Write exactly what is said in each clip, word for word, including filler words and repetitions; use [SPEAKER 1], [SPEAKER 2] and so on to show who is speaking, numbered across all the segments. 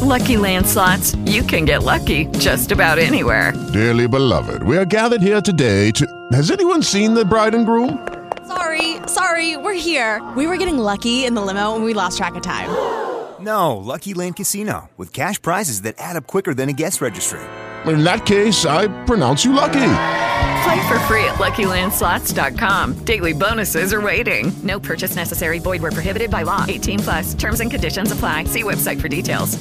[SPEAKER 1] Lucky Land Slots, you can get lucky just about anywhere.
[SPEAKER 2] Dearly beloved, we are gathered here today to... Has anyone seen the bride and groom?
[SPEAKER 3] Sorry, sorry, we're here. We were getting lucky in the limo and we lost track of time.
[SPEAKER 4] No, Lucky Land Casino, with cash prizes that add up quicker than a guest registry.
[SPEAKER 2] In that case, I pronounce you lucky.
[SPEAKER 1] Play for free at lucky land slots dot com. Daily bonuses are waiting. No purchase necessary. Void where prohibited by law. eighteen plus. Terms and conditions apply. See website for details.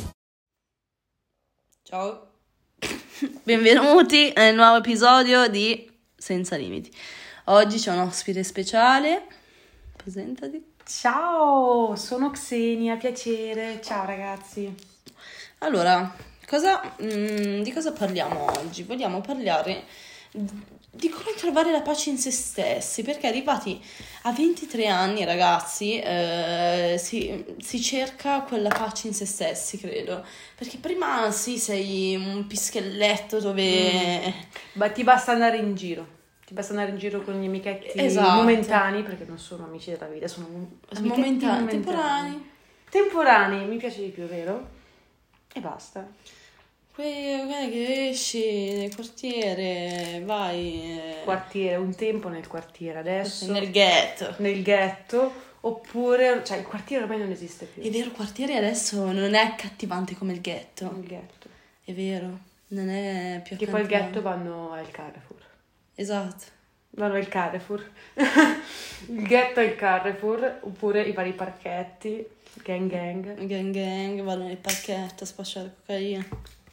[SPEAKER 5] Ciao. Benvenuti nel nuovo episodio di Senza Limiti. Oggi c'è un ospite speciale. Presentati.
[SPEAKER 6] Ciao, sono Xenia, piacere. Ciao ragazzi.
[SPEAKER 5] Allora, cosa, mh, di cosa parliamo oggi? Vogliamo parlare di come trovare la pace in se stessi, perché arrivati a ventitré anni, ragazzi, eh, si, si cerca quella pace in se stessi, credo. Perché prima sì, sei un pischelletto dove...
[SPEAKER 6] Mm. Ma ti basta andare in giro. Ti basta andare in giro con gli amichetti
[SPEAKER 5] esatto.
[SPEAKER 6] momentanei, perché non sono amici della vita, sono amichetti
[SPEAKER 5] momentanei,
[SPEAKER 6] momentanei.
[SPEAKER 5] temporanei.
[SPEAKER 6] Temporanei, mi piace di più, vero? E basta.
[SPEAKER 5] Quelli che esci nel quartiere, vai...
[SPEAKER 6] Quartiere, un tempo nel quartiere, adesso...
[SPEAKER 5] Nel ghetto.
[SPEAKER 6] Nel ghetto, oppure... Cioè, il quartiere ormai non esiste più.
[SPEAKER 5] È vero, il quartiere adesso non è accattivante come il ghetto.
[SPEAKER 6] Il ghetto.
[SPEAKER 5] È vero, non è più accattivante.
[SPEAKER 6] Che poi il ghetto vanno al Carrefour.
[SPEAKER 5] Esatto.
[SPEAKER 6] Vanno al Carrefour. Il ghetto è il Carrefour, oppure i vari parchetti, gang gang.
[SPEAKER 5] Gang gang, vanno nel parchetto a spacciare cocaina.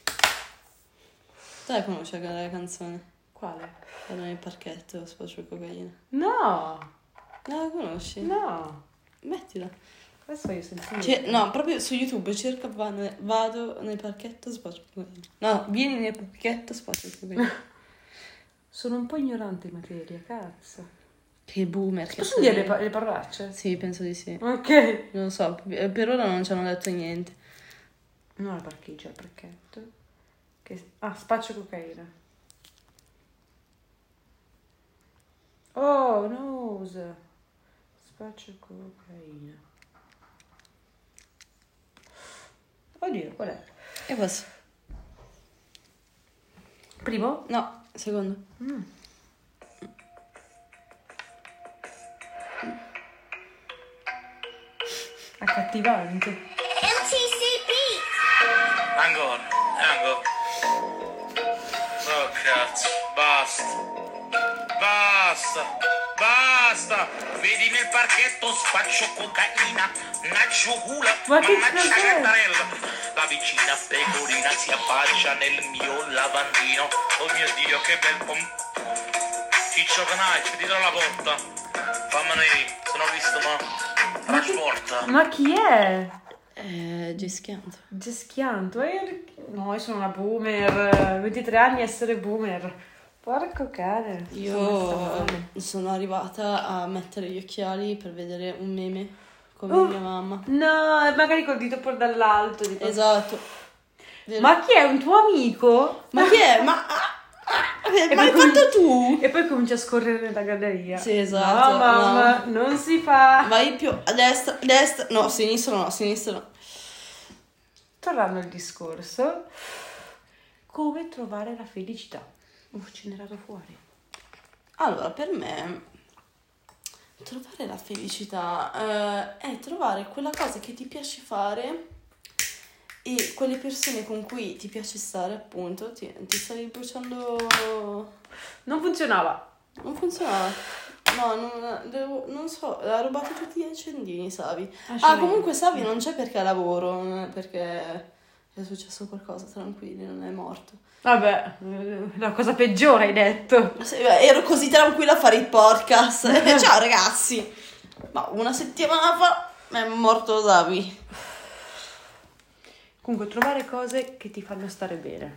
[SPEAKER 5] Dai, conosci quella canzone?
[SPEAKER 6] Quale?
[SPEAKER 5] Vanno nel parchetto a spacciare cocaina.
[SPEAKER 6] No!
[SPEAKER 5] No, la conosci?
[SPEAKER 6] No!
[SPEAKER 5] Mettila.
[SPEAKER 6] Adesso io sento.
[SPEAKER 5] Cer- no, proprio su YouTube cerca vado, vado nel parchetto spaccio cocaina. No, vieni nel parchetto spaccio cocaina.
[SPEAKER 6] Sono un po' ignorante in materia, cazzo.
[SPEAKER 5] Che boomer che
[SPEAKER 6] Posso
[SPEAKER 5] sei.
[SPEAKER 6] dire le, pa- le parolacce?
[SPEAKER 5] Sì, penso di sì.
[SPEAKER 6] Ok.
[SPEAKER 5] Non lo so, per ora non ci hanno detto niente.
[SPEAKER 6] No, il parcheggio, il parchetto. Che... Ah, spaccio cocaina. Oh, nose. Spaccio cocaina. Oddio, qual è?
[SPEAKER 5] E questo?
[SPEAKER 6] Primo?
[SPEAKER 5] No, secondo.
[SPEAKER 6] Mm. Accattivante.
[SPEAKER 7] M T C Beats.
[SPEAKER 8] Ancora, ancora. Oh cazzo, basta. Basta. Basta. Vedi nel parchetto spaccio cocaina, naccio culo,
[SPEAKER 6] Ma che
[SPEAKER 8] mannaggia
[SPEAKER 6] cos'è?
[SPEAKER 8] cantarella. La vicina pecorina si affaccia nel mio lavandino. Oh mio Dio, che bel pom... Ciccio Canai, dietro la porta. Fammene venire, se non ho visto ma... Trasporta.
[SPEAKER 6] Ma chi è?
[SPEAKER 5] Eh, Gischianto.
[SPEAKER 6] Geschianto. Eh, no, io sono una boomer. ventitré anni essere boomer. Porco cane.
[SPEAKER 5] Io sono arrivata a mettere gli occhiali per vedere un meme come
[SPEAKER 6] Oh,
[SPEAKER 5] mia mamma.
[SPEAKER 6] No, magari col dito fuori dall'alto. Tipo.
[SPEAKER 5] Esatto. Vero?
[SPEAKER 6] Ma chi è? Un tuo amico?
[SPEAKER 5] Ma chi è? Ma...
[SPEAKER 6] E
[SPEAKER 5] Ma l'hai
[SPEAKER 6] poi
[SPEAKER 5] fatto
[SPEAKER 6] com-
[SPEAKER 5] tu?
[SPEAKER 6] E poi comincia a scorrere nella galleria.
[SPEAKER 5] Sì, esatto.
[SPEAKER 6] No, mamma,
[SPEAKER 5] no.
[SPEAKER 6] non si fa.
[SPEAKER 5] Vai più a destra, destra, no, a sinistra no, a sinistra no.
[SPEAKER 6] Tornando al discorso, come trovare la felicità? Uh, ce n'era fuori.
[SPEAKER 5] Allora, per me trovare la felicità eh, è trovare quella cosa che ti piace fare e quelle persone con cui ti piace stare, appunto. Ti, ti stai bruciando.
[SPEAKER 6] Non funzionava.
[SPEAKER 5] Non funzionava. No, non, devo, non so, ha rubato tutti gli accendini, Savi. Ah, comunque Savi non c'è perché ha lavoro, non è perché è successo qualcosa, tranquilli, non è morto.
[SPEAKER 6] Vabbè, la cosa peggiore hai detto.
[SPEAKER 5] Sì, beh, ero così tranquilla a fare il podcast. Eh, ciao ragazzi. Ma una settimana fa è morto Savi.
[SPEAKER 6] Comunque, trovare cose che ti fanno stare bene.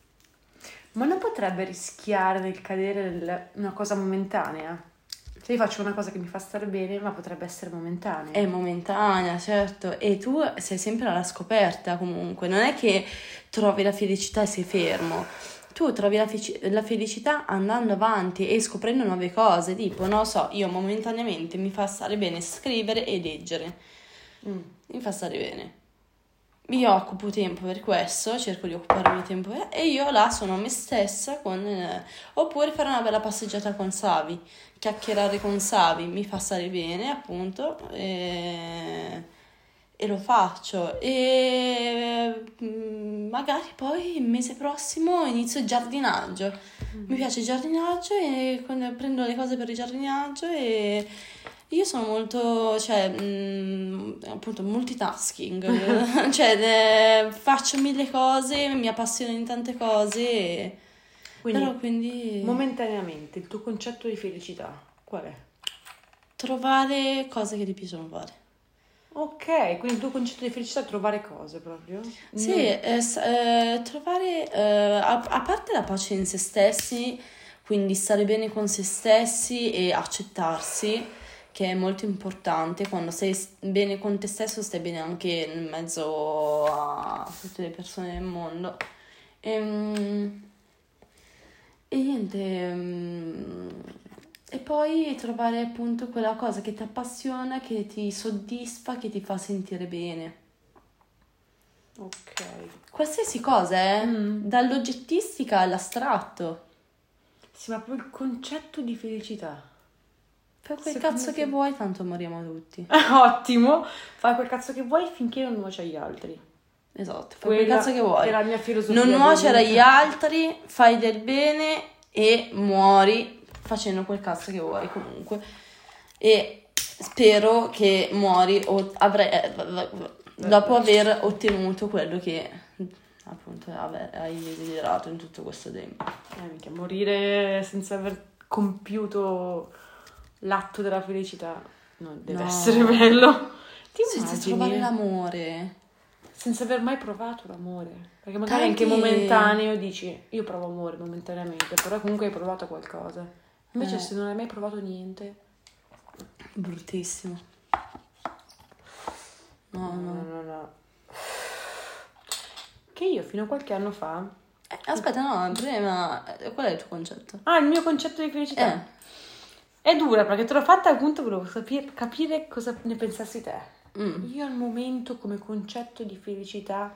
[SPEAKER 6] Ma non potrebbe rischiare nel cadere nel una cosa momentanea? Se io faccio una cosa che mi fa stare bene, ma potrebbe essere momentanea.
[SPEAKER 5] È momentanea, certo. E tu sei sempre alla scoperta comunque. Non è che trovi la felicità e sei fermo. Tu trovi la, feci- la felicità andando avanti e scoprendo nuove cose. Tipo, non lo so, io momentaneamente mi fa stare bene scrivere e leggere.
[SPEAKER 6] Mm.
[SPEAKER 5] Mi fa stare bene. mi occupo tempo per questo, cerco di occuparmi tempo per- e io là sono me stessa con eh, oppure fare una bella passeggiata con Savi, chiacchierare con Savi mi fa stare bene, appunto, e, e lo faccio. E mm, magari poi il mese prossimo inizio il giardinaggio. Mi piace il giardinaggio e con- prendo le cose per il giardinaggio e io sono molto, cioè, mm, appunto, multitasking, cioè, eh, faccio mille cose, mi appassiono in tante cose, e-
[SPEAKER 6] Quindi,
[SPEAKER 5] però quindi
[SPEAKER 6] momentaneamente, il tuo concetto di felicità, qual è?
[SPEAKER 5] trovare cose che ti piacciono fare.
[SPEAKER 6] Ok, quindi il tuo concetto di felicità è trovare cose proprio?
[SPEAKER 5] Sì,
[SPEAKER 6] Mm.
[SPEAKER 5] eh, s- eh, trovare, eh, a, a parte la pace in se stessi, quindi stare bene con se stessi e accettarsi, che è molto importante. Quando stai s- bene con te stesso, stai bene anche in mezzo a tutte le persone del mondo. Ehm, E, niente, mm, e poi trovare appunto quella cosa che ti appassiona, che ti soddisfa, che ti fa sentire bene.
[SPEAKER 6] Ok.
[SPEAKER 5] Qualsiasi cosa, eh?
[SPEAKER 6] Mm.
[SPEAKER 5] Dall'oggettistica all'astratto.
[SPEAKER 6] Sì, ma proprio il concetto di felicità.
[SPEAKER 5] Fai quel
[SPEAKER 6] Secondo
[SPEAKER 5] cazzo
[SPEAKER 6] te-
[SPEAKER 5] che vuoi, tanto moriamo tutti.
[SPEAKER 6] Ottimo, fai quel cazzo che vuoi finché non nuoci agli altri.
[SPEAKER 5] Esatto, fai quel
[SPEAKER 6] Quella
[SPEAKER 5] cazzo che vuoi.
[SPEAKER 6] è la mia filosofia
[SPEAKER 5] Non
[SPEAKER 6] di
[SPEAKER 5] nuocere
[SPEAKER 6] vita.
[SPEAKER 5] agli altri, fai del bene e muori facendo quel cazzo che vuoi comunque. E spero che muori o avrai, eh, dopo aver ottenuto quello che appunto ave- hai desiderato in tutto questo tempo.
[SPEAKER 6] Eh, minchia, morire senza aver compiuto l'atto della felicità non deve
[SPEAKER 5] No.
[SPEAKER 6] essere bello. Ti
[SPEAKER 5] Senza
[SPEAKER 6] immagini?
[SPEAKER 5] trovare l'amore.
[SPEAKER 6] Senza aver mai provato l'amore. Perché magari
[SPEAKER 5] Tanti-
[SPEAKER 6] anche momentaneo dici, io provo amore momentaneamente, però comunque hai provato qualcosa. Invece
[SPEAKER 5] Eh.
[SPEAKER 6] se non hai mai provato niente,
[SPEAKER 5] Bruttissimo. No,
[SPEAKER 6] no,
[SPEAKER 5] no.
[SPEAKER 6] no, no. Che io fino a qualche anno fa...
[SPEAKER 5] Eh, aspetta, no, prima, eh, qual è il tuo concetto?
[SPEAKER 6] Ah, il mio concetto di felicità.
[SPEAKER 5] Eh.
[SPEAKER 6] È dura perché te l'ho fatta appunto, volevo capire, capire cosa ne pensassi te.
[SPEAKER 5] Mm.
[SPEAKER 6] Io al momento come concetto di felicità...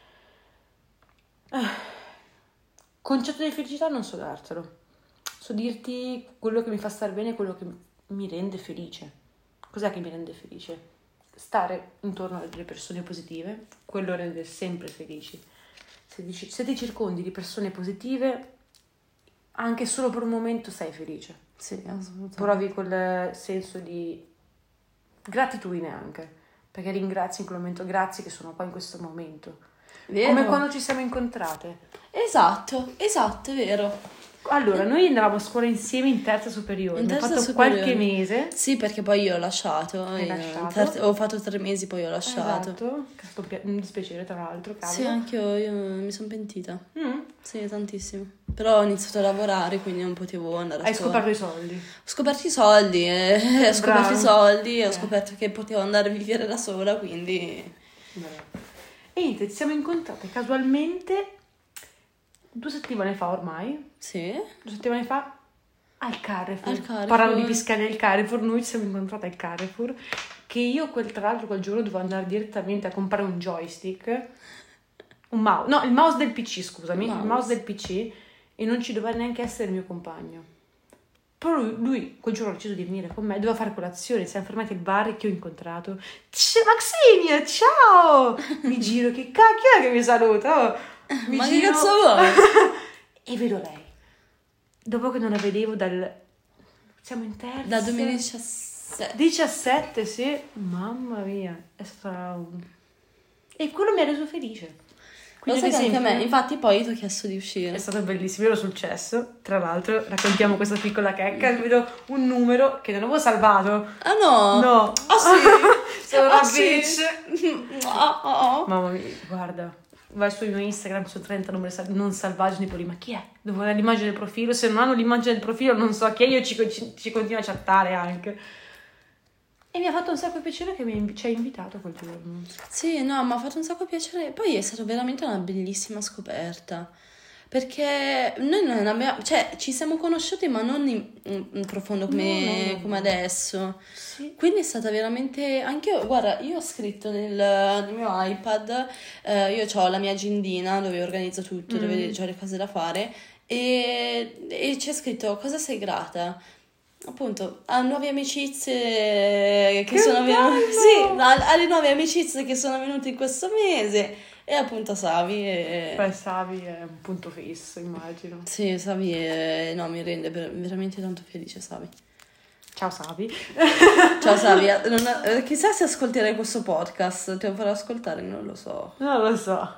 [SPEAKER 6] eh, concetto di felicità non so dartelo. So dirti quello che mi fa stare bene, quello che mi rende felice. Cos'è che mi rende felice? Stare intorno a delle persone positive, quello rende sempre felici. Se, dici, se ti circondi di persone positive, anche solo per un momento sei felice.
[SPEAKER 5] Sì, assolutamente.
[SPEAKER 6] Provi quel senso di gratitudine anche, perché ringrazi in quel momento, grazie che sono qua in questo momento.
[SPEAKER 5] Vero?
[SPEAKER 6] Come quando ci siamo incontrate.
[SPEAKER 5] Esatto, esatto, è vero.
[SPEAKER 6] Allora, noi andavamo a scuola insieme in terza superiore,
[SPEAKER 5] In
[SPEAKER 6] abbiamo
[SPEAKER 5] terza
[SPEAKER 6] fatto
[SPEAKER 5] superiore.
[SPEAKER 6] qualche mese.
[SPEAKER 5] Sì, perché poi io ho lasciato.
[SPEAKER 6] Hai
[SPEAKER 5] eh,
[SPEAKER 6] lasciato?
[SPEAKER 5] ter- ho fatto tre mesi, poi ho lasciato.
[SPEAKER 6] Esatto, che è stato un pi- un dispiacere tra l'altro, cavolo.
[SPEAKER 5] Sì, anche io, io mi sono pentita.
[SPEAKER 6] Mm.
[SPEAKER 5] Sì, tantissimo. Però ho iniziato a lavorare, quindi non potevo andare a
[SPEAKER 6] Hai
[SPEAKER 5] scuola.
[SPEAKER 6] scoperto i soldi.
[SPEAKER 5] Ho scoperto i soldi, eh, ho scoperto
[SPEAKER 6] Bravo.
[SPEAKER 5] i soldi e ho
[SPEAKER 6] Eh.
[SPEAKER 5] scoperto che potevo andare a vivere da sola, quindi...
[SPEAKER 6] E niente, ci siamo incontrate casualmente due settimane fa ormai.
[SPEAKER 5] Sì?
[SPEAKER 6] Due settimane fa al Carrefour.
[SPEAKER 5] Al Carrefour.
[SPEAKER 6] Parlando di piscali al Carrefour, noi ci siamo incontrate al Carrefour. Che io, quel, tra l'altro, quel giorno dovevo andare direttamente a comprare un joystick. Un mouse. No, il mouse del P C, scusami.
[SPEAKER 5] Mouse.
[SPEAKER 6] Il mouse del P C. E non ci doveva neanche essere il mio compagno. Però lui, lui quel giorno ha deciso di venire con me. Doveva fare colazione. Siamo fermati al bar che ho incontrato. C'è Maximia, ciao! Mi giro, che cacchio è che mi saluta? Oh, mi
[SPEAKER 5] Ma che
[SPEAKER 6] giro-
[SPEAKER 5] cazzo vuoi?
[SPEAKER 6] E vedo lei. Dopo che non la vedevo dal... Siamo in terza.
[SPEAKER 5] Dal duemiladiciassette.
[SPEAKER 6] diciassette, sì. Mamma mia. È stata un... E quello mi ha reso felice.
[SPEAKER 5] Lo
[SPEAKER 6] Quindi,
[SPEAKER 5] sai
[SPEAKER 6] ad
[SPEAKER 5] che anche a
[SPEAKER 6] esempio,
[SPEAKER 5] me, infatti poi ti ho chiesto di uscire.
[SPEAKER 6] è stato bellissimo. Io ero sul cesso. Tra l'altro, raccontiamo questa piccola checca. Vedo un numero che non avevo salvato.
[SPEAKER 5] Ah no?
[SPEAKER 6] No.
[SPEAKER 5] Ah sì?
[SPEAKER 6] Sono
[SPEAKER 5] Ah,
[SPEAKER 6] una
[SPEAKER 5] sì?
[SPEAKER 6] bitch.
[SPEAKER 5] Ah, ah, ah.
[SPEAKER 6] Mamma mia, guarda. Vai sul mio Instagram, su trenta numeri sal- non selvaggi, tipo lì, ma chi è? Devo vedere l'immagine del profilo, se non hanno l'immagine del profilo non so chi è, io ci, ci, ci continuo a chattare anche. E mi ha fatto un sacco di piacere che mi invi- ci hai invitato quel giorno.
[SPEAKER 5] Sì, no, mi ha fatto un sacco piacere. Poi è stata veramente una bellissima scoperta. Perché noi non abbiamo, cioè ci siamo conosciuti ma non in, in profondo come,
[SPEAKER 6] No, no, no,
[SPEAKER 5] come
[SPEAKER 6] no.
[SPEAKER 5] adesso.
[SPEAKER 6] Sì.
[SPEAKER 5] Quindi è stata veramente, anche io, guarda, io ho scritto nel, nel mio iPad, eh, io ho la mia agendina dove organizzo tutto,
[SPEAKER 6] Mm.
[SPEAKER 5] dove ho le cose da fare e, e c'è scritto cosa sei grata? Appunto, a nuove amicizie che,
[SPEAKER 6] Che
[SPEAKER 5] sono venute,
[SPEAKER 6] bello!
[SPEAKER 5] sì, a- alle nuove amicizie che sono venute in questo mese e appunto Savi e...
[SPEAKER 6] Beh, Savi è un punto fisso, immagino.
[SPEAKER 5] Sì, Savi è... no, mi rende ver- veramente tanto felice Savi.
[SPEAKER 6] Ciao Savi.
[SPEAKER 5] Ciao Savi, non- eh, chissà se ascolterai questo podcast, te lo farò ascoltare, non lo so.
[SPEAKER 6] Non lo so.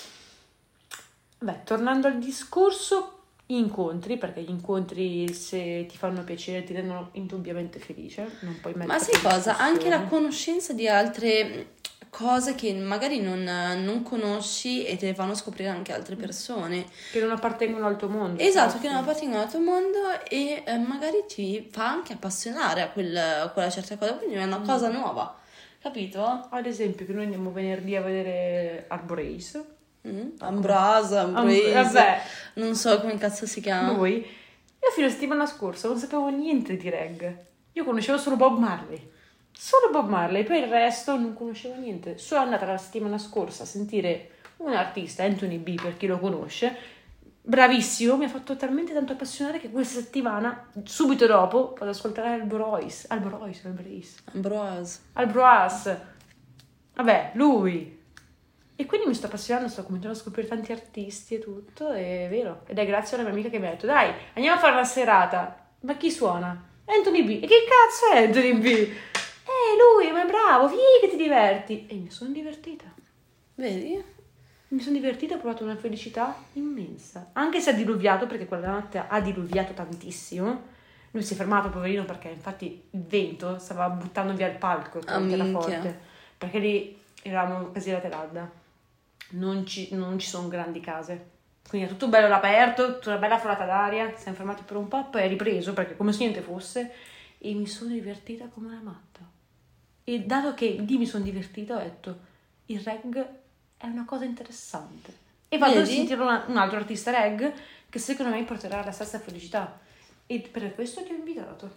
[SPEAKER 6] Beh, tornando al discorso, incontri, perché gli incontri, se ti fanno piacere, ti rendono indubbiamente felice, non puoi mettere
[SPEAKER 5] Ma sai
[SPEAKER 6] in
[SPEAKER 5] cosa? Anche la
[SPEAKER 6] discussione.
[SPEAKER 5] conoscenza di altre cose che magari non, non conosci e te le fanno scoprire anche altre persone.
[SPEAKER 6] Che non appartengono al tuo mondo.
[SPEAKER 5] Esatto,
[SPEAKER 6] certo.
[SPEAKER 5] che non appartengono al tuo mondo e eh, magari ti fa anche appassionare a, quel, a quella certa cosa, quindi è una cosa nuova, capito?
[SPEAKER 6] Ad esempio, che noi andiamo venerdì a vedere Arborace.
[SPEAKER 5] Mm? Ambrose,
[SPEAKER 6] Am-
[SPEAKER 5] Ambrose,
[SPEAKER 6] vabbè,
[SPEAKER 5] non so come cazzo si chiama.
[SPEAKER 6] lui. Io fino a settimana scorsa non sapevo niente di reggae. Io conoscevo solo Bob Marley. Solo Bob Marley, poi il resto non conoscevo niente. Sono andata la settimana scorsa a sentire un artista, Anthony B, per chi lo conosce, bravissimo, mi ha fatto talmente tanto appassionare che questa settimana, subito dopo, vado ad ascoltare Albroise, Albroise, Albroise,
[SPEAKER 5] Ambrose.
[SPEAKER 6] Albroise. Vabbè, lui. E quindi mi sto appassionando, sto cominciando a scoprire tanti artisti e tutto, è vero. Ed è grazie a una mia amica che mi ha detto, dai, andiamo a fare una serata. Ma chi suona? Anthony B. E che cazzo è Anthony B? Eh, lui, ma è bravo, vieni che ti diverti. E mi sono divertita.
[SPEAKER 5] Vedi?
[SPEAKER 6] Mi sono divertita, ho provato una felicità immensa. Anche se ha diluviato, perché quella notte ha diluviato tantissimo. Lui si è fermato, poverino, perché infatti il vento stava buttando via il palco,
[SPEAKER 5] Ah,
[SPEAKER 6] era
[SPEAKER 5] minchia.
[SPEAKER 6] forte. Perché lì eravamo quasi alla terrazza. Non ci, non ci sono grandi case. Quindi è tutto bello all'aperto, tutta una bella folata d'aria. Siamo fermati per un po', poi è ripreso, perché come se niente fosse. E mi sono divertita come una matta. E dato che lì mi sono divertita, ho detto, il reggae è una cosa interessante. E vado
[SPEAKER 5] Vedi?
[SPEAKER 6] a sentire una- un altro artista reggae che secondo me porterà alla stessa felicità. E per questo ti ho invitato.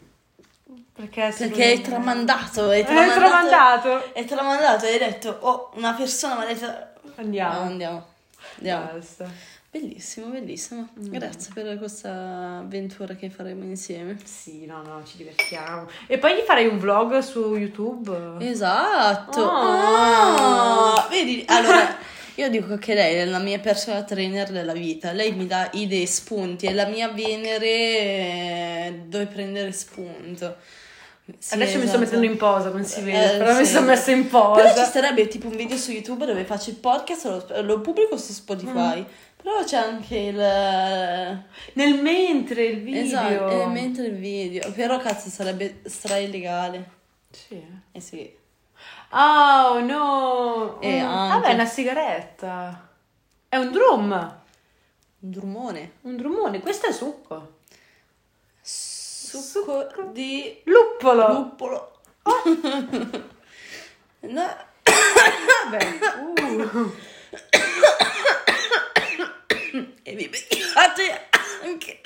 [SPEAKER 6] Perché,
[SPEAKER 5] Perché è tramandato, è
[SPEAKER 6] È
[SPEAKER 5] tramandato.
[SPEAKER 6] tramandato.
[SPEAKER 5] È tramandato e hai detto, oh, una persona mi ha detto...
[SPEAKER 6] Andiamo.
[SPEAKER 5] Ah, andiamo. Andiamo.
[SPEAKER 6] Basta.
[SPEAKER 5] Bellissimo, bellissimo. Grazie per questa avventura che faremo insieme.
[SPEAKER 6] Sì, no, no, ci divertiamo. E poi gli farei un vlog su YouTube.
[SPEAKER 5] Esatto.
[SPEAKER 6] Oh.
[SPEAKER 5] Ah, vedi, allora io dico che lei è la mia personal trainer della vita. Lei mi dà idee, spunti, è la mia Venere eh, dove prendere sto Sì,
[SPEAKER 6] Adesso mi sto
[SPEAKER 5] esatto.
[SPEAKER 6] mettendo in posa, non si vede,
[SPEAKER 5] Eh,
[SPEAKER 6] però mi
[SPEAKER 5] sì.
[SPEAKER 6] sono messa in
[SPEAKER 5] Però ci
[SPEAKER 6] posa.
[SPEAKER 5] sarebbe tipo un video su YouTube dove faccio il podcast, lo, lo pubblico su Spotify. Però c'è anche il...
[SPEAKER 6] Nel mentre il video.
[SPEAKER 5] Esatto, eh, mentre il video. Però cazzo sarebbe stra illegale.
[SPEAKER 6] Sì. eh.
[SPEAKER 5] Eh sì.
[SPEAKER 6] Oh no!
[SPEAKER 5] E
[SPEAKER 6] Mm.
[SPEAKER 5] anche-
[SPEAKER 6] Vabbè, è una sigaretta. È un drum.
[SPEAKER 5] Un drummone.
[SPEAKER 6] Un drummone. Questo è succo.
[SPEAKER 5] Succo di
[SPEAKER 6] Luppolo.
[SPEAKER 5] luppolo. No.
[SPEAKER 6] Vabbè. Uh.
[SPEAKER 5] E vi beccate anche.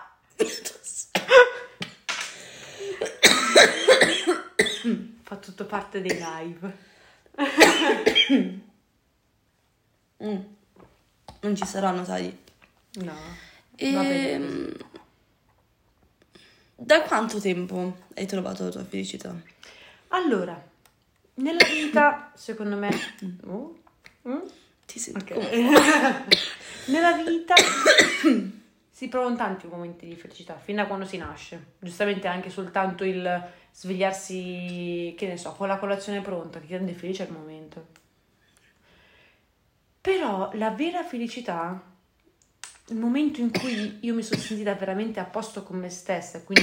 [SPEAKER 6] Fa tutto parte dei live.
[SPEAKER 5] Mm. Non ci saranno tagli.
[SPEAKER 6] No.
[SPEAKER 5] E...
[SPEAKER 6] Va bene.
[SPEAKER 5] Da quanto tempo hai trovato la tua felicità?
[SPEAKER 6] Allora, nella vita, secondo me... Oh. Mm?
[SPEAKER 5] Ti sento.
[SPEAKER 6] Ok. Nella vita si provano tanti momenti di felicità, fin da quando si nasce. Giustamente anche soltanto il svegliarsi, che ne so, con la colazione pronta, che ti rende felice al momento. Però la vera felicità, il momento in cui io mi sono sentita veramente a posto con me stessa, quindi...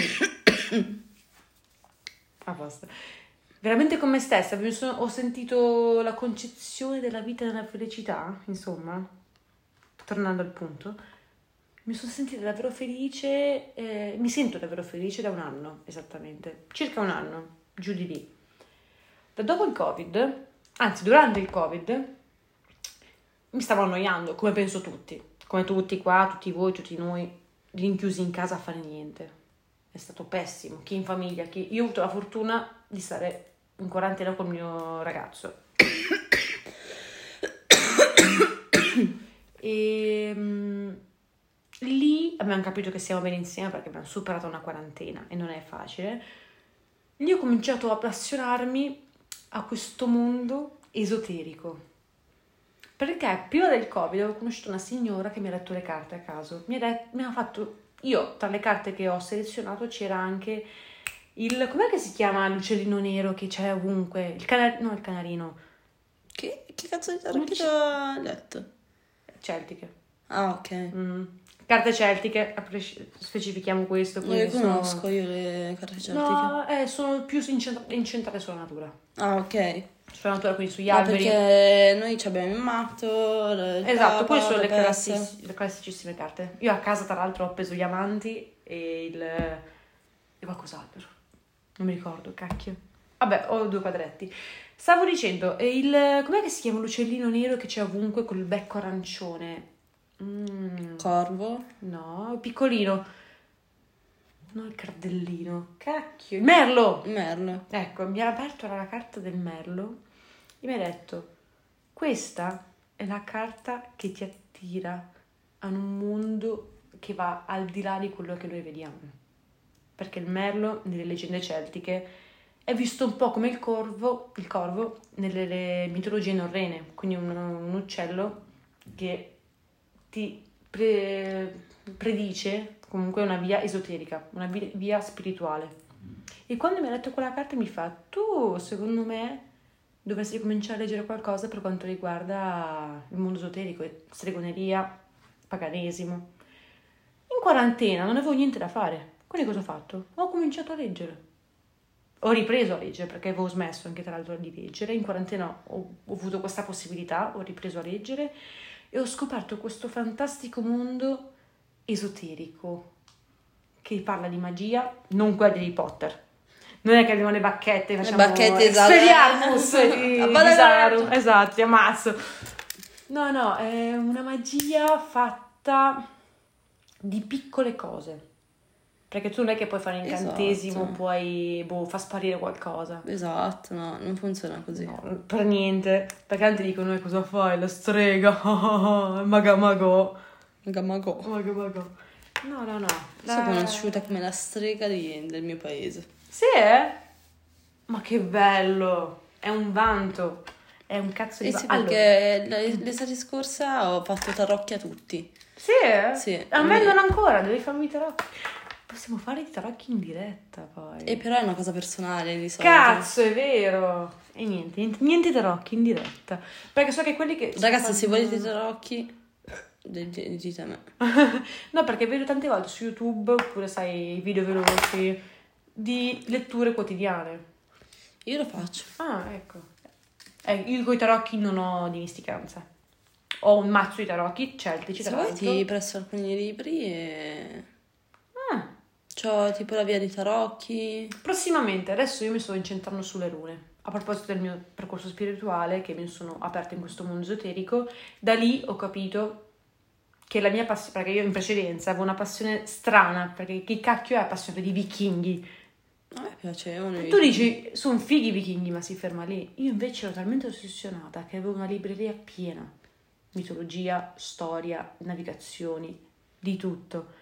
[SPEAKER 6] a posto. Veramente con me stessa, mi sono- ho sentito la concezione della vita e della felicità, insomma, tornando al punto, mi sono sentita davvero felice, eh, mi sento davvero felice da un anno, esattamente, circa un anno, giù di lì. Da dopo il Covid, anzi durante il Covid, mi stavo annoiando, come penso tutti, come tutti qua, tutti voi, tutti noi, rinchiusi in casa a fare niente. È stato pessimo, chi in famiglia, chi... Io ho avuto la fortuna di stare in quarantena col mio ragazzo. E um, lì abbiamo capito che stiamo bene insieme perché abbiamo superato una quarantena e non è facile. Lì ho cominciato a appassionarmi a questo mondo esoterico, perché prima del Covid avevo conosciuto una signora che mi ha letto le carte a caso. Mi ha, det- mi ha fatto, io tra le carte che ho selezionato c'era anche il, com'è che si chiama l'uccellino nero che c'è ovunque, il canarino, no il canarino,
[SPEAKER 5] Che, che cazzo di tarocchi ho letto?
[SPEAKER 6] celtiche.
[SPEAKER 5] Ah, ok.
[SPEAKER 6] Mm. Carte celtiche, a pres- specifichiamo questo.
[SPEAKER 5] Non le
[SPEAKER 6] quindi sono-
[SPEAKER 5] conosco io le carte celtiche.
[SPEAKER 6] No, eh, sono più incentra- incentrate sulla natura.
[SPEAKER 5] Ah, ok.
[SPEAKER 6] Sulla natura, quindi sugli
[SPEAKER 5] No,
[SPEAKER 6] alberi.
[SPEAKER 5] perché noi ci abbiamo il matto, il
[SPEAKER 6] Esatto,
[SPEAKER 5] papa,
[SPEAKER 6] poi sono le,
[SPEAKER 5] la
[SPEAKER 6] classi-
[SPEAKER 5] peste.
[SPEAKER 6] le classicissime carte. Io a casa, tra l'altro, ho appeso gli amanti e il... e qualcos'altro. Non mi ricordo, cacchio. Vabbè, ho due quadretti. Stavo dicendo, e il... com'è che si chiama l'uccellino nero che c'è ovunque col becco arancione? Mm,
[SPEAKER 5] Corvo.
[SPEAKER 6] no, piccolino. No, il cardellino. Cacchio, il merlo!
[SPEAKER 5] Merlo.
[SPEAKER 6] Ecco, mi ha aperto la carta del merlo e mi ha detto: questa è la carta che ti attira a un mondo che va al di là di quello che noi vediamo. Perché il merlo, nelle leggende celtiche, è visto un po' come il corvo, il corvo nelle le mitologie norrene, quindi un, un uccello che ti pre- predice comunque una via esoterica, una vi- via spirituale. E quando mi ha letto quella carta mi fa: tu secondo me dovresti cominciare a leggere qualcosa per quanto riguarda il mondo esoterico, stregoneria, paganesimo. In quarantena non avevo niente da fare, quindi cosa ho fatto? Ho cominciato a leggere. Ho ripreso a leggere perché avevo smesso anche tra l'altro di leggere. In quarantena ho, ho avuto questa possibilità, ho ripreso a leggere e ho scoperto questo fantastico mondo esoterico che parla di magia, non quella di Harry Potter. Non è che abbiamo le bacchette, facciamo
[SPEAKER 5] bacchette, esatto.
[SPEAKER 6] Expelliarmus di,
[SPEAKER 5] A
[SPEAKER 6] di
[SPEAKER 5] Badalone.
[SPEAKER 6] Saru. Esatto, ti ammazzo. No, no, è una magia fatta di piccole cose. Perché tu non è che puoi fare un incantesimo,
[SPEAKER 5] Esatto.
[SPEAKER 6] puoi boh, far sparire qualcosa.
[SPEAKER 5] Esatto, no, non funziona così.
[SPEAKER 6] No, per niente. Perché tanti dicono: "Eh, cosa fai? La strega, maga mago.
[SPEAKER 5] Gamago.
[SPEAKER 6] Maga mago." No, no, no.
[SPEAKER 5] Sono
[SPEAKER 6] La-
[SPEAKER 5] conosciuta come la strega di- del mio paese.
[SPEAKER 6] Sì, eh? Ma che bello! È un vanto. È un cazzo di
[SPEAKER 5] Eh sì,
[SPEAKER 6] vanto.
[SPEAKER 5] perché l- l'estate scorsa ho fatto tarocchi a tutti.
[SPEAKER 6] Sì, eh?
[SPEAKER 5] Sì.
[SPEAKER 6] A me non ancora, devi farmi i tarocchi. Possiamo fare i tarocchi in diretta poi.
[SPEAKER 5] E però è una cosa personale di solito.
[SPEAKER 6] Cazzo, è vero! E niente, niente, niente tarocchi in diretta. Perché so che quelli che...
[SPEAKER 5] Ragazzi, se
[SPEAKER 6] fanno-
[SPEAKER 5] volete i tarocchi, d- d- dite a me.
[SPEAKER 6] No, perché vedo tante volte su YouTube, oppure sai, video veloci, di letture quotidiane.
[SPEAKER 5] Io lo faccio.
[SPEAKER 6] Ah, ecco. Eh, io con i tarocchi non ho dimesticanza. Ho un mazzo di tarocchi celtici,
[SPEAKER 5] Se
[SPEAKER 6] tra
[SPEAKER 5] vuoi
[SPEAKER 6] l'altro.
[SPEAKER 5] ti presto alcuni libri e...
[SPEAKER 6] Ah,
[SPEAKER 5] C'ho tipo la via dei tarocchi.
[SPEAKER 6] prossimamente, adesso io mi sto incentrando sulle rune. A proposito del mio percorso spirituale, che mi sono aperta in questo mondo esoterico, da lì ho capito che la mia passione, perché io in precedenza avevo una passione strana, perché chi cacchio è appassionato di vichinghi?
[SPEAKER 5] A me piacevano. i
[SPEAKER 6] Tu
[SPEAKER 5] vichinghi.
[SPEAKER 6] dici, sono fighi i vichinghi, ma si ferma lì. Io invece ero talmente ossessionata che avevo una libreria piena. Mitologia, storia, navigazioni, di tutto.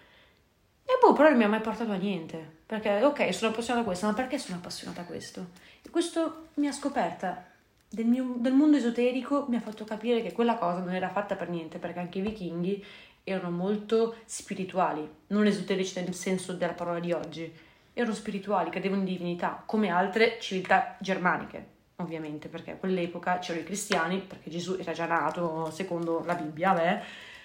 [SPEAKER 6] E boh, però non mi ha mai portato a niente. Perché, ok, sono appassionata a questo, ma perché sono appassionata a questo? E questo mi ha scoperta del, mio, del mondo esoterico, mi ha fatto capire che quella cosa non era fatta per niente, perché anche i vichinghi erano molto spirituali, non esoterici nel senso della parola di oggi. Erano spirituali, credevano in divinità, come altre civiltà germaniche, ovviamente, perché a quell'epoca c'erano i cristiani, perché Gesù era già nato secondo la Bibbia, beh,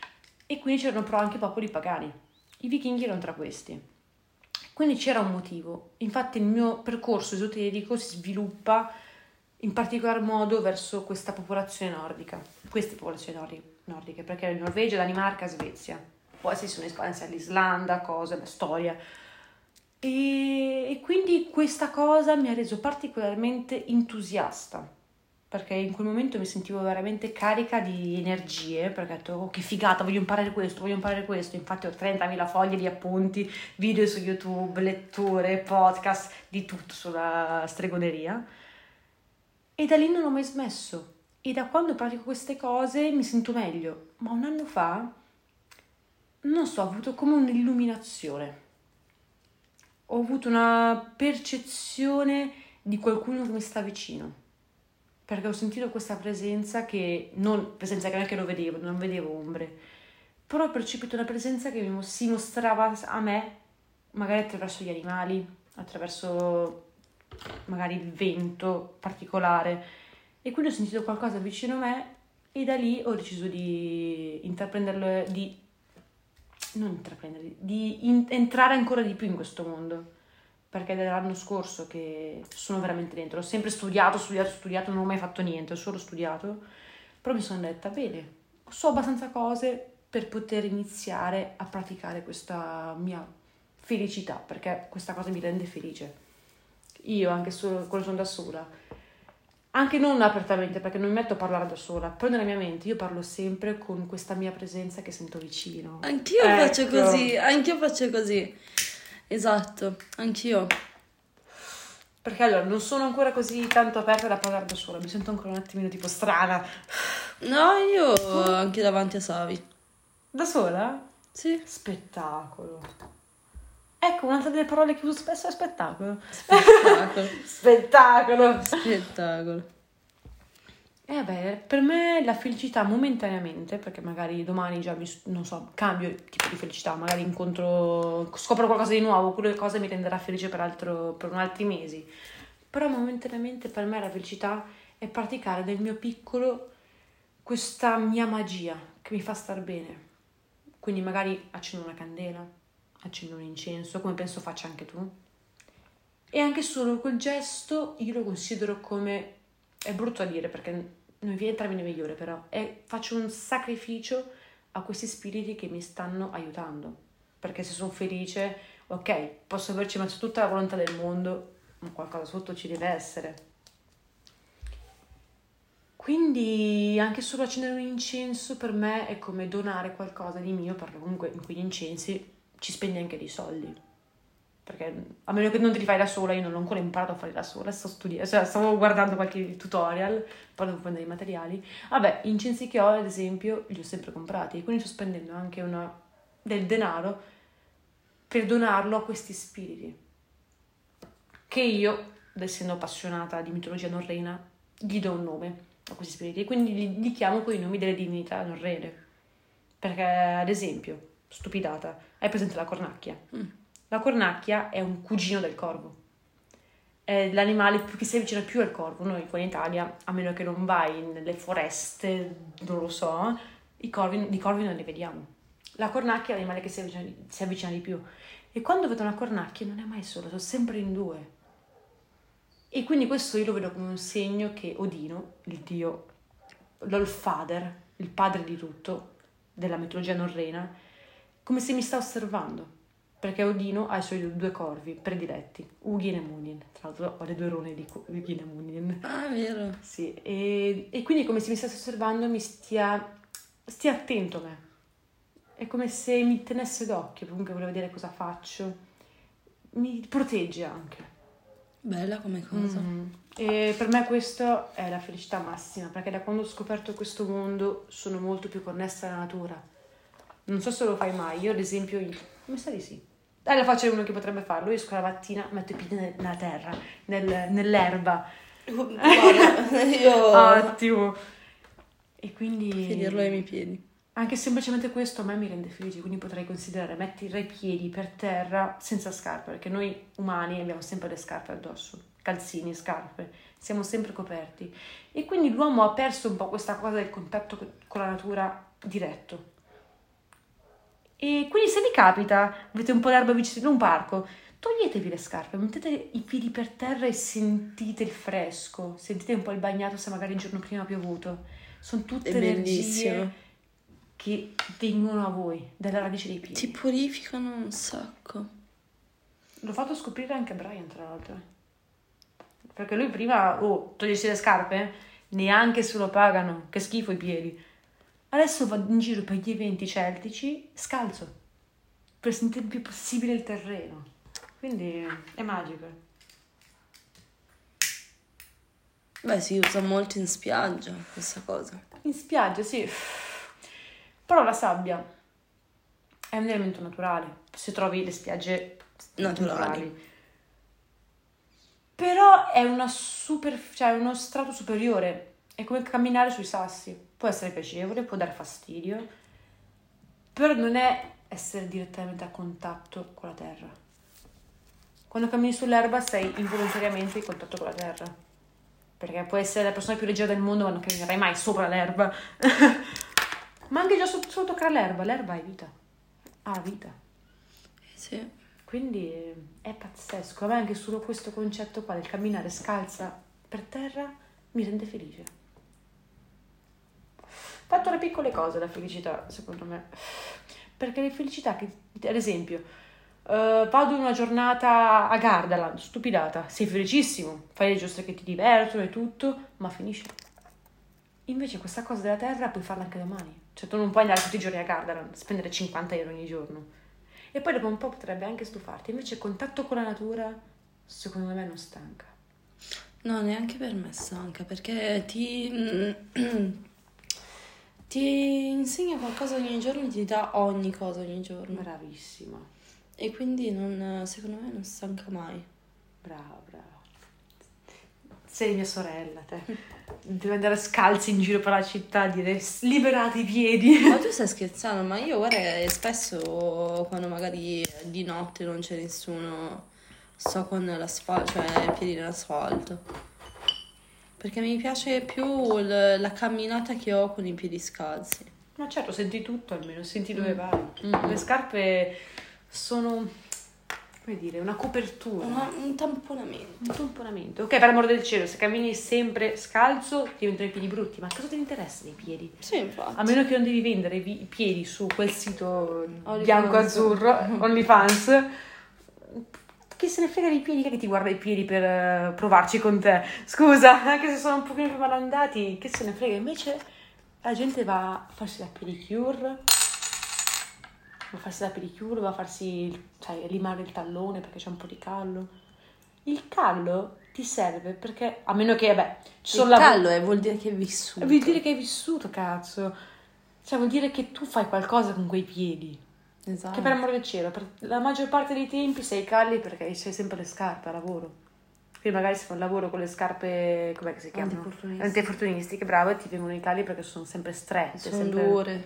[SPEAKER 6] e quindi c'erano però anche popoli pagani. I vichinghi erano tra questi. Quindi c'era un motivo. Infatti il mio percorso esoterico si sviluppa in particolar modo verso questa popolazione nordica, queste popolazioni nordi- nordiche, perché Norvegia, Danimarca, Svezia. Poi si sono espansi all'Islanda, cose, la storia. E, e quindi questa cosa mi ha reso particolarmente entusiasta perché in quel momento mi sentivo veramente carica di energie, perché ho detto, oh, che figata, voglio imparare questo, voglio imparare questo. Infatti ho trentamila foglie di appunti, video su YouTube, letture, podcast, di tutto sulla stregoneria. E da lì non ho mai smesso. E da quando pratico queste cose mi sento meglio. Ma un anno fa, non so, ho avuto come un'illuminazione. Ho avuto una percezione di qualcuno che mi sta vicino. Perché ho sentito questa presenza che, non presenza che neanche lo vedevo, non vedevo ombre, però ho percepito una presenza che mi, si mostrava a me, magari attraverso gli animali, attraverso magari il vento particolare, e quindi ho sentito qualcosa vicino a me e da lì ho deciso di intraprenderlo, di non intraprendere, di in, entrare ancora di più in questo mondo. Perché dall'anno scorso che sono veramente dentro, ho sempre studiato, studiato, studiato, non ho mai fatto niente, ho solo studiato, però mi sono detta, bene, so abbastanza cose per poter iniziare a praticare questa mia felicità, perché questa cosa mi rende felice. Io, anche solo quando sono da sola, anche non apertamente, perché non mi metto a parlare da sola, però nella mia mente io parlo sempre con questa mia presenza che sento vicino.
[SPEAKER 5] Anch'io
[SPEAKER 6] ecco.
[SPEAKER 5] faccio così, anch'io faccio così. Esatto, anch'io.
[SPEAKER 6] Perché allora non sono ancora così tanto aperta da parlare da sola, mi sento ancora un attimino tipo strana.
[SPEAKER 5] No, io anche davanti a Savi.
[SPEAKER 6] Da sola?
[SPEAKER 5] Sì.
[SPEAKER 6] Spettacolo. Ecco, un'altra delle parole che uso spesso è spettacolo.
[SPEAKER 5] Spettacolo.
[SPEAKER 6] Spettacolo.
[SPEAKER 5] Spettacolo.
[SPEAKER 6] Eh beh, per me la felicità momentaneamente, perché magari domani già mi, non so, cambio tipo di felicità, magari incontro, scopro qualcosa di nuovo, quella cosa mi renderà felice per, altro, per un altri mesi. Però momentaneamente per me la felicità è praticare nel mio piccolo questa mia magia che mi fa star bene. Quindi magari accendo una candela, accendo un incenso, come penso faccia anche tu. E anche solo quel gesto io lo considero come, è brutto a dire perché non mi viene il termine migliore, però è, faccio un sacrificio a questi spiriti che mi stanno aiutando, perché se sono felice, ok, posso averci messo tutta la volontà del mondo, ma qualcosa sotto ci deve essere. Quindi anche solo accendere un incenso per me è come donare qualcosa di mio, perché comunque in quegli incensi ci spendi anche dei soldi. Perché a meno che non te li fai da sola, io non ho ancora imparato a fare da sola, sto studiando, cioè stavo guardando qualche tutorial, poi devo prendere i materiali. Vabbè, gli incensi che ho, ad esempio, li ho sempre comprati, quindi sto spendendo anche una, del denaro per donarlo a questi spiriti. Che io, essendo appassionata di mitologia norrena, gli do un nome a questi spiriti, quindi li, li chiamo con i nomi delle divinità norrene. Perché, ad esempio, stupidata, hai presente la cornacchia? Mm. La cornacchia è un cugino del corvo, è l'animale che si avvicina più al corvo. Noi qua in Italia, a meno che non vai nelle foreste, non lo so, i corvi, di corvi non li vediamo. La cornacchia è l'animale che si avvicina, si avvicina di più. E quando vedo una cornacchia non è mai sola, sono sempre in due. E quindi questo io lo vedo come un segno che Odino, il dio, l'Allfather, il padre di tutto, della mitologia norrena, come se mi sta osservando. Perché Odino ha i suoi due corvi prediletti, Hugin e Munin. Tra l'altro ho le due rune di Hugin e Munin.
[SPEAKER 5] Ah, vero?
[SPEAKER 6] Sì, e, e quindi come se mi stesse osservando mi stia, stia attento a me. È come se mi tenesse d'occhio, comunque vuole vedere cosa faccio. Mi protegge anche.
[SPEAKER 5] Bella come cosa.
[SPEAKER 6] Mm-hmm. E per me questo è la felicità massima, perché da quando ho scoperto questo mondo sono molto più connessa alla natura. Non so se lo fai mai, io ad esempio, come sa di sì. Dai, la faccio uno che potrebbe farlo. Io esco la mattina, metto i piedi nella terra, nel, nell'erba.
[SPEAKER 5] Guarda, io...
[SPEAKER 6] Ottimo. E quindi...
[SPEAKER 5] finirlo ai miei piedi.
[SPEAKER 6] Anche semplicemente questo a me mi rende felice, quindi potrei considerare mettere i piedi per terra senza scarpe, perché noi umani abbiamo sempre le scarpe addosso, calzini, scarpe, siamo sempre coperti. E quindi l'uomo ha perso un po' questa cosa del contatto con la natura diretto. E quindi se vi capita, avete un po' d'erba vicino a un parco, toglietevi le scarpe, mettete i piedi per terra e sentite il fresco, sentite un po' il bagnato se magari il giorno prima ha piovuto. Sono tutte energie che vengono a voi, dalla radice dei piedi.
[SPEAKER 5] Ti purificano un sacco.
[SPEAKER 6] L'ho fatto scoprire anche a Brian, tra l'altro. Perché lui prima, oh, togliersi le scarpe, neanche se lo pagano, che schifo i piedi. Adesso vado in giro per gli eventi celtici scalzo, per sentire il più possibile il terreno. Quindi è magico.
[SPEAKER 5] Beh, si usa molto in spiaggia questa cosa.
[SPEAKER 6] In spiaggia, sì. Però la sabbia è un elemento naturale, se trovi le spiagge
[SPEAKER 5] Naturali.
[SPEAKER 6] naturali. Però è una super, cioè uno strato superiore. È come camminare sui sassi. Può essere piacevole, può dare fastidio, però non è essere direttamente a contatto con la terra. Quando cammini sull'erba sei involontariamente in contatto con la terra. Perché puoi essere la persona più leggera del mondo, ma non camminerai mai sopra l'erba. Ma anche già solo, solo toccare l'erba. L'erba è vita. Ha vita.
[SPEAKER 5] Sì.
[SPEAKER 6] Quindi è pazzesco. A me anche solo questo concetto qua del camminare scalza per terra mi rende felice. Fatto le piccole cose la felicità, secondo me. Perché le felicità che, ad esempio, uh, vado in una giornata a Gardaland, stupidata, sei felicissimo, fai le giostre che ti divertono e tutto, ma finisce. Invece questa cosa della terra puoi farla anche domani. Cioè tu non puoi andare tutti i giorni a Gardaland, spendere cinquanta euro ogni giorno. E poi dopo un po' potrebbe anche stufarti. Invece il contatto con la natura, secondo me, non stanca.
[SPEAKER 5] No, neanche per me stanca, perché ti... ti insegna qualcosa ogni giorno, ti dà ogni cosa ogni giorno.
[SPEAKER 6] Bravissima.
[SPEAKER 5] E quindi non, secondo me non stanca mai.
[SPEAKER 6] Brava, brava. Sei mia sorella, te. Devi andare scalzi in giro per la città, dire liberate i piedi.
[SPEAKER 5] Ma tu stai scherzando? Ma io guarda che spesso quando magari di notte non c'è nessuno sto con l'asfalto, cioè i piedi nell'asfalto. Perché mi piace più l- la camminata che ho con i piedi scalzi.
[SPEAKER 6] Ma certo, senti tutto almeno, senti dove
[SPEAKER 5] Mm.
[SPEAKER 6] vai.
[SPEAKER 5] Mm.
[SPEAKER 6] Le scarpe sono, come dire, una copertura.
[SPEAKER 5] Una- un tamponamento.
[SPEAKER 6] Un tamponamento. Ok, per l'amor del cielo, se cammini sempre scalzo diventano i piedi brutti, ma cosa ti interessa dei piedi?
[SPEAKER 5] Sì, infatti.
[SPEAKER 6] A meno che non devi vendere i vi- i piedi su quel sito
[SPEAKER 5] OnlyFans.
[SPEAKER 6] bianco-azzurro, OnlyFans, chi se ne frega dei piedi, che ti guarda i piedi per eh, provarci con te? Scusa, anche se sono un pochino più malandati, che se ne frega? Invece la gente va a farsi la pedicure, va a farsi la pedicure, va a farsi, sai, limare il tallone perché c'è un po' di callo. Il callo ti serve perché, a meno che, vabbè, ci sono
[SPEAKER 5] Il
[SPEAKER 6] lav-
[SPEAKER 5] callo è, vuol dire che è vissuto.
[SPEAKER 6] Vuol dire che hai vissuto, cazzo. Cioè, vuol dire che tu fai qualcosa con quei piedi.
[SPEAKER 5] Esatto.
[SPEAKER 6] Che per amore del cielo, per la maggior parte dei tempi sei calli perché sei sempre le scarpe a lavoro. Quindi magari se fai un lavoro con le scarpe, com'è che si chiamano?
[SPEAKER 5] Antifortunistiche.
[SPEAKER 6] Antifortunistiche, bravo, e ti vengono i calli perché sono sempre strette.
[SPEAKER 5] Sono
[SPEAKER 6] sempre...
[SPEAKER 5] dure.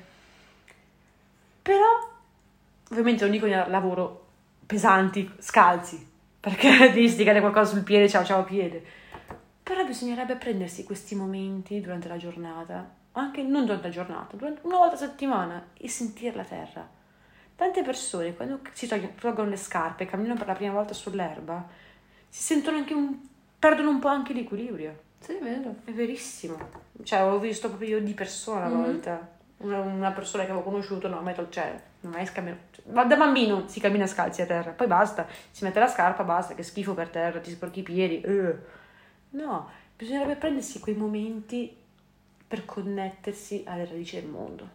[SPEAKER 6] Però, ovviamente non dico lavoro pesanti, scalzi, perché devi stigare qualcosa sul piede, ciao ciao piede. Però bisognerebbe prendersi questi momenti durante la giornata, anche non durante la giornata, durante una volta a settimana, e sentire la terra. Tante persone, quando si tolgono, tolgono le scarpe e camminano per la prima volta sull'erba, si sentono anche un, perdono un po' anche l'equilibrio.
[SPEAKER 5] Sì, è vero.
[SPEAKER 6] È verissimo. Cioè, ho visto proprio io di persona una
[SPEAKER 5] Mhm.
[SPEAKER 6] volta. Una, una persona che avevo conosciuto, no, metto, cioè, non hai scambiato. Ma da bambino si cammina scalzi a terra, poi basta, si mette la scarpa, basta, che schifo per terra, ti sporchi i piedi. eh. No, bisognerebbe prendersi quei momenti per connettersi alle radici del mondo.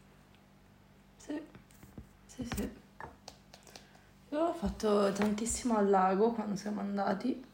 [SPEAKER 5] Sì. Sì, sì. Io ho fatto tantissimo al lago quando siamo andati.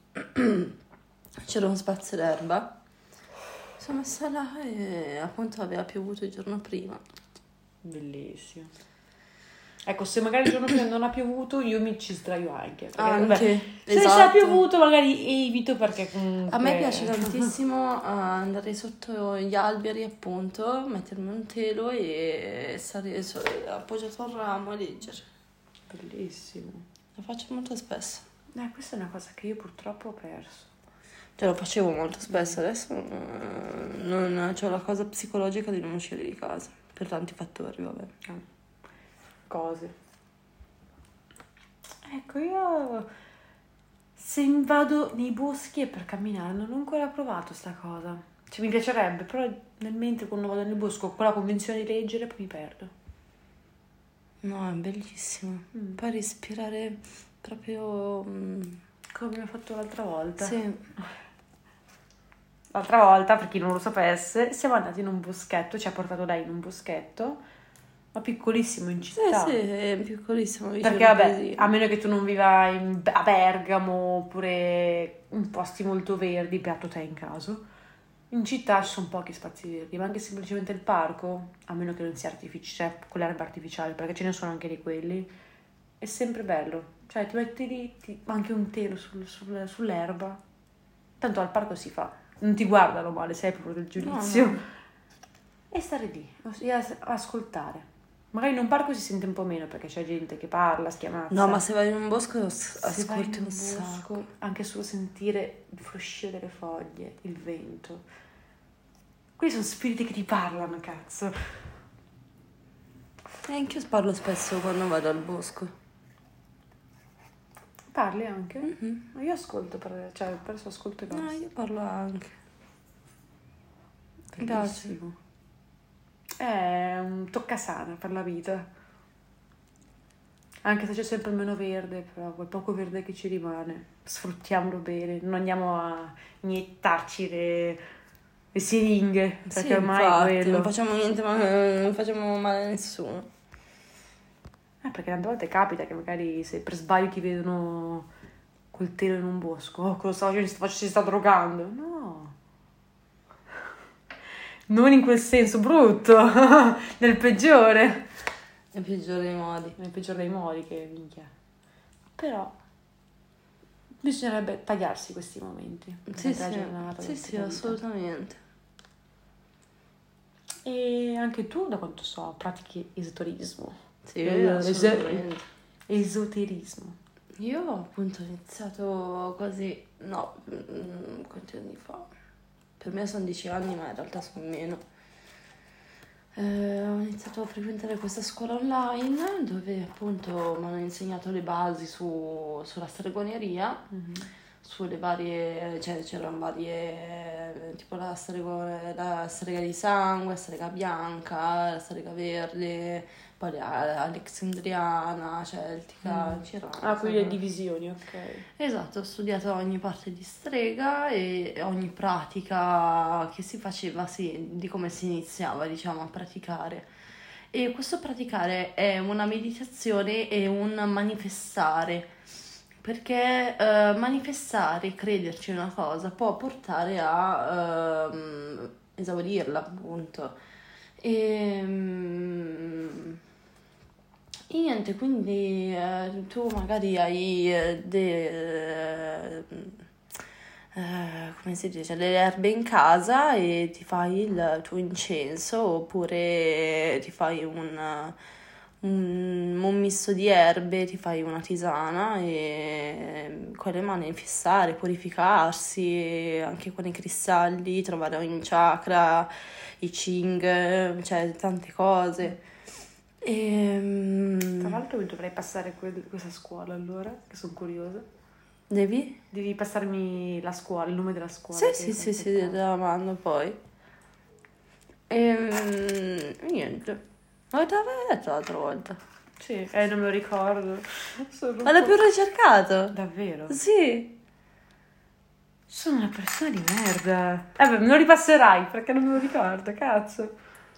[SPEAKER 5] C'era uno spazio d'erba. Sono messa là e appunto aveva piovuto il giorno prima.
[SPEAKER 6] Bellissimo. Ecco, se magari il giorno prima non ha piovuto, io mi ci sdraio anche. Perché,
[SPEAKER 5] Anche,
[SPEAKER 6] vabbè, se
[SPEAKER 5] esatto.
[SPEAKER 6] se ha piovuto magari evito perché comunque...
[SPEAKER 5] A me piace tantissimo uh, andare sotto gli alberi, appunto, mettermi un telo e stare so- appoggiato al ramo e leggere.
[SPEAKER 6] Bellissimo.
[SPEAKER 5] Lo faccio molto spesso.
[SPEAKER 6] Eh, questa è una cosa che io purtroppo ho perso.
[SPEAKER 5] Cioè lo facevo molto spesso, adesso uh, non c'ho la cosa psicologica di non uscire di casa, per tanti fattori, vabbè.
[SPEAKER 6] Cose. Ecco, io se vado nei boschi è per camminare, non ho ancora provato sta cosa. Cioè mi piacerebbe, però nel mentre quando vado nel bosco con la convinzione di leggere poi mi perdo.
[SPEAKER 5] No, è bellissimo.
[SPEAKER 6] Mm.
[SPEAKER 5] Poi respirare proprio... mm,
[SPEAKER 6] Come ho fatto l'altra volta.
[SPEAKER 5] sì.
[SPEAKER 6] l'altra volta, per chi non lo sapesse, siamo andati in un boschetto, ci ha portato lei in un boschetto, ma piccolissimo in città.
[SPEAKER 5] Sì, sì, è piccolissimo. vicino
[SPEAKER 6] Perché vabbè,
[SPEAKER 5] così.
[SPEAKER 6] a meno che tu non viva in- a Bergamo oppure in posti molto verdi, beato te in caso, in città ci sono pochi spazi verdi, ma anche semplicemente il parco, a meno che non sia artificiale, cioè con l'erba artificiale, perché ce ne sono anche di quelli, è sempre bello. Cioè ti metti lì, ti- anche un telo sul- sul- sull'erba, tanto al parco si fa, non ti guardano male, sei proprio del giudizio.
[SPEAKER 5] No, no.
[SPEAKER 6] E stare lì, e as- ascoltare. Magari in un parco si sente un po' meno perché c'è gente che parla, schiamazza.
[SPEAKER 5] No, ma se vai in un bosco s-
[SPEAKER 6] Se vai in
[SPEAKER 5] ascolti
[SPEAKER 6] un
[SPEAKER 5] un sacco.
[SPEAKER 6] bosco, anche solo sentire il fruscio delle foglie, il vento. Quelli sono spiriti che ti parlano, cazzo.
[SPEAKER 5] E anche io parlo spesso quando vado al bosco.
[SPEAKER 6] Parli anche? Ma io ascolto, per, cioè adesso ascolto e basta.
[SPEAKER 5] No, io parlo anche. Mi piace.
[SPEAKER 6] Bellissimo. È un toccasana per la vita. Anche se c'è sempre meno verde, però quel poco verde che ci rimane, sfruttiamolo bene, non andiamo a iniettarci le, le siringhe, perché
[SPEAKER 5] Sì,
[SPEAKER 6] ormai
[SPEAKER 5] infatti,
[SPEAKER 6] quello...
[SPEAKER 5] non facciamo niente, ma non facciamo male a nessuno.
[SPEAKER 6] Eh, perché tante volte capita che magari se per sbaglio ti vedono col telo in un bosco, oh, cosa sta facendo? Si sta- si sta drogando. No. Non in quel senso brutto, nel peggiore.
[SPEAKER 5] Nel peggiore dei modi.
[SPEAKER 6] Nel peggiore dei modi, che minchia. Però bisognerebbe tagliarsi questi momenti.
[SPEAKER 5] Sì,
[SPEAKER 6] durante la
[SPEAKER 5] sì,
[SPEAKER 6] giornata,
[SPEAKER 5] sì,
[SPEAKER 6] durante
[SPEAKER 5] sì,
[SPEAKER 6] la vita.
[SPEAKER 5] assolutamente.
[SPEAKER 6] E anche tu, da quanto so, pratichi esoterismo.
[SPEAKER 5] Sì,
[SPEAKER 6] Eh,
[SPEAKER 5] assolutamente.
[SPEAKER 6] Esoterismo.
[SPEAKER 5] Io appunto ho iniziato quasi, no, mm, quanti anni fa? Per me sono dieci anni, ma in realtà sono meno. Eh, ho iniziato a frequentare questa scuola online dove appunto mi hanno insegnato le basi su- sulla stregoneria, sulle varie, cioè c'erano varie, tipo la strega, la strega di sangue, la strega bianca, la strega verde, poi la- alexandriana, celtica, c'era.
[SPEAKER 6] Ah, quindi le
[SPEAKER 5] insomma.
[SPEAKER 6] divisioni, ok.
[SPEAKER 5] Esatto, ho studiato ogni parte di strega e ogni pratica che si faceva, sì, di come si iniziava, diciamo, a praticare. E questo praticare è una meditazione e un manifestare, perché eh, manifestare, crederci in una cosa, può portare a ehm, esaurirla, appunto. E, mm, e niente, quindi eh, tu magari hai eh, de- eh, come si dice, delle erbe in casa e ti fai il tuo incenso, oppure ti fai un, un, un misto di erbe, ti fai una tisana e con le mani fissare, purificarsi, anche con i cristalli, trovare ogni chakra, i ching, cioè tante cose. E,
[SPEAKER 6] Tra l'altro dovrei passare quel- questa scuola allora, che sono curiosa.
[SPEAKER 5] devi?
[SPEAKER 6] Devi passarmi la scuola, il nome della scuola.
[SPEAKER 5] Sì,
[SPEAKER 6] che
[SPEAKER 5] sì,
[SPEAKER 6] sono
[SPEAKER 5] sì, sì, te
[SPEAKER 6] cercata.
[SPEAKER 5] la mando poi. E niente. Ma te l'avevo detto l'altra volta.
[SPEAKER 6] Sì, eh, non me lo ricordo. Sono
[SPEAKER 5] Ma l'hai più ricercato?
[SPEAKER 6] Davvero?
[SPEAKER 5] Sì.
[SPEAKER 6] Sono una persona di merda. Eh beh, me lo ripasserai perché non me lo ricordo, cazzo.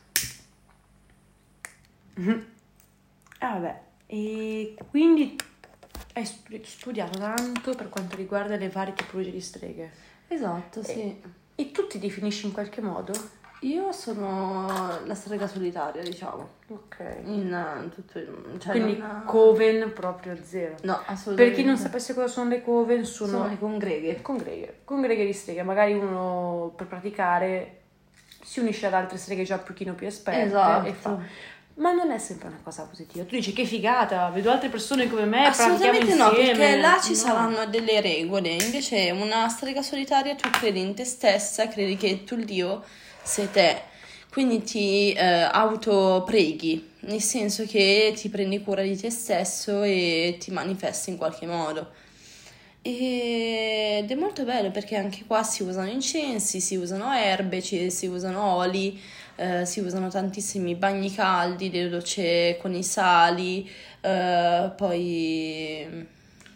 [SPEAKER 6] Mhm. Eh vabbè, e quindi hai studi- studiato tanto per quanto riguarda le varie tipologie di streghe.
[SPEAKER 5] Esatto, sì.
[SPEAKER 6] E, e tu ti definisci in qualche modo?
[SPEAKER 5] Io sono la strega solitaria, diciamo.
[SPEAKER 6] Ok.
[SPEAKER 5] In eh, tutto il... Cioè
[SPEAKER 6] Quindi
[SPEAKER 5] non-
[SPEAKER 6] coven proprio zero.
[SPEAKER 5] No,
[SPEAKER 6] Per
[SPEAKER 5] assolutamente.
[SPEAKER 6] chi non sapesse cosa sono le coven, sono,
[SPEAKER 5] Sono le congreghe.
[SPEAKER 6] congreghe. Congreghe di streghe. Magari uno per praticare si unisce ad altre streghe già un pochino più esperte
[SPEAKER 5] Esatto.
[SPEAKER 6] e fa. Ma non è sempre una cosa positiva. Tu dici che figata, vedo altre persone come me,
[SPEAKER 5] Assolutamente
[SPEAKER 6] pratichiamo
[SPEAKER 5] no,
[SPEAKER 6] insieme.
[SPEAKER 5] perché là ci
[SPEAKER 6] No.
[SPEAKER 5] saranno delle regole. Invece una strega solitaria tu credi in te stessa, credi che tu il Dio sei te. Quindi ti eh, autopreghi, nel senso che ti prendi cura di te stesso e ti manifesti in qualche modo. Ed è molto bello perché anche qua si usano incensi, si usano erbe, ci- si usano oli, eh, si usano tantissimi bagni caldi, le docce con i sali, eh, poi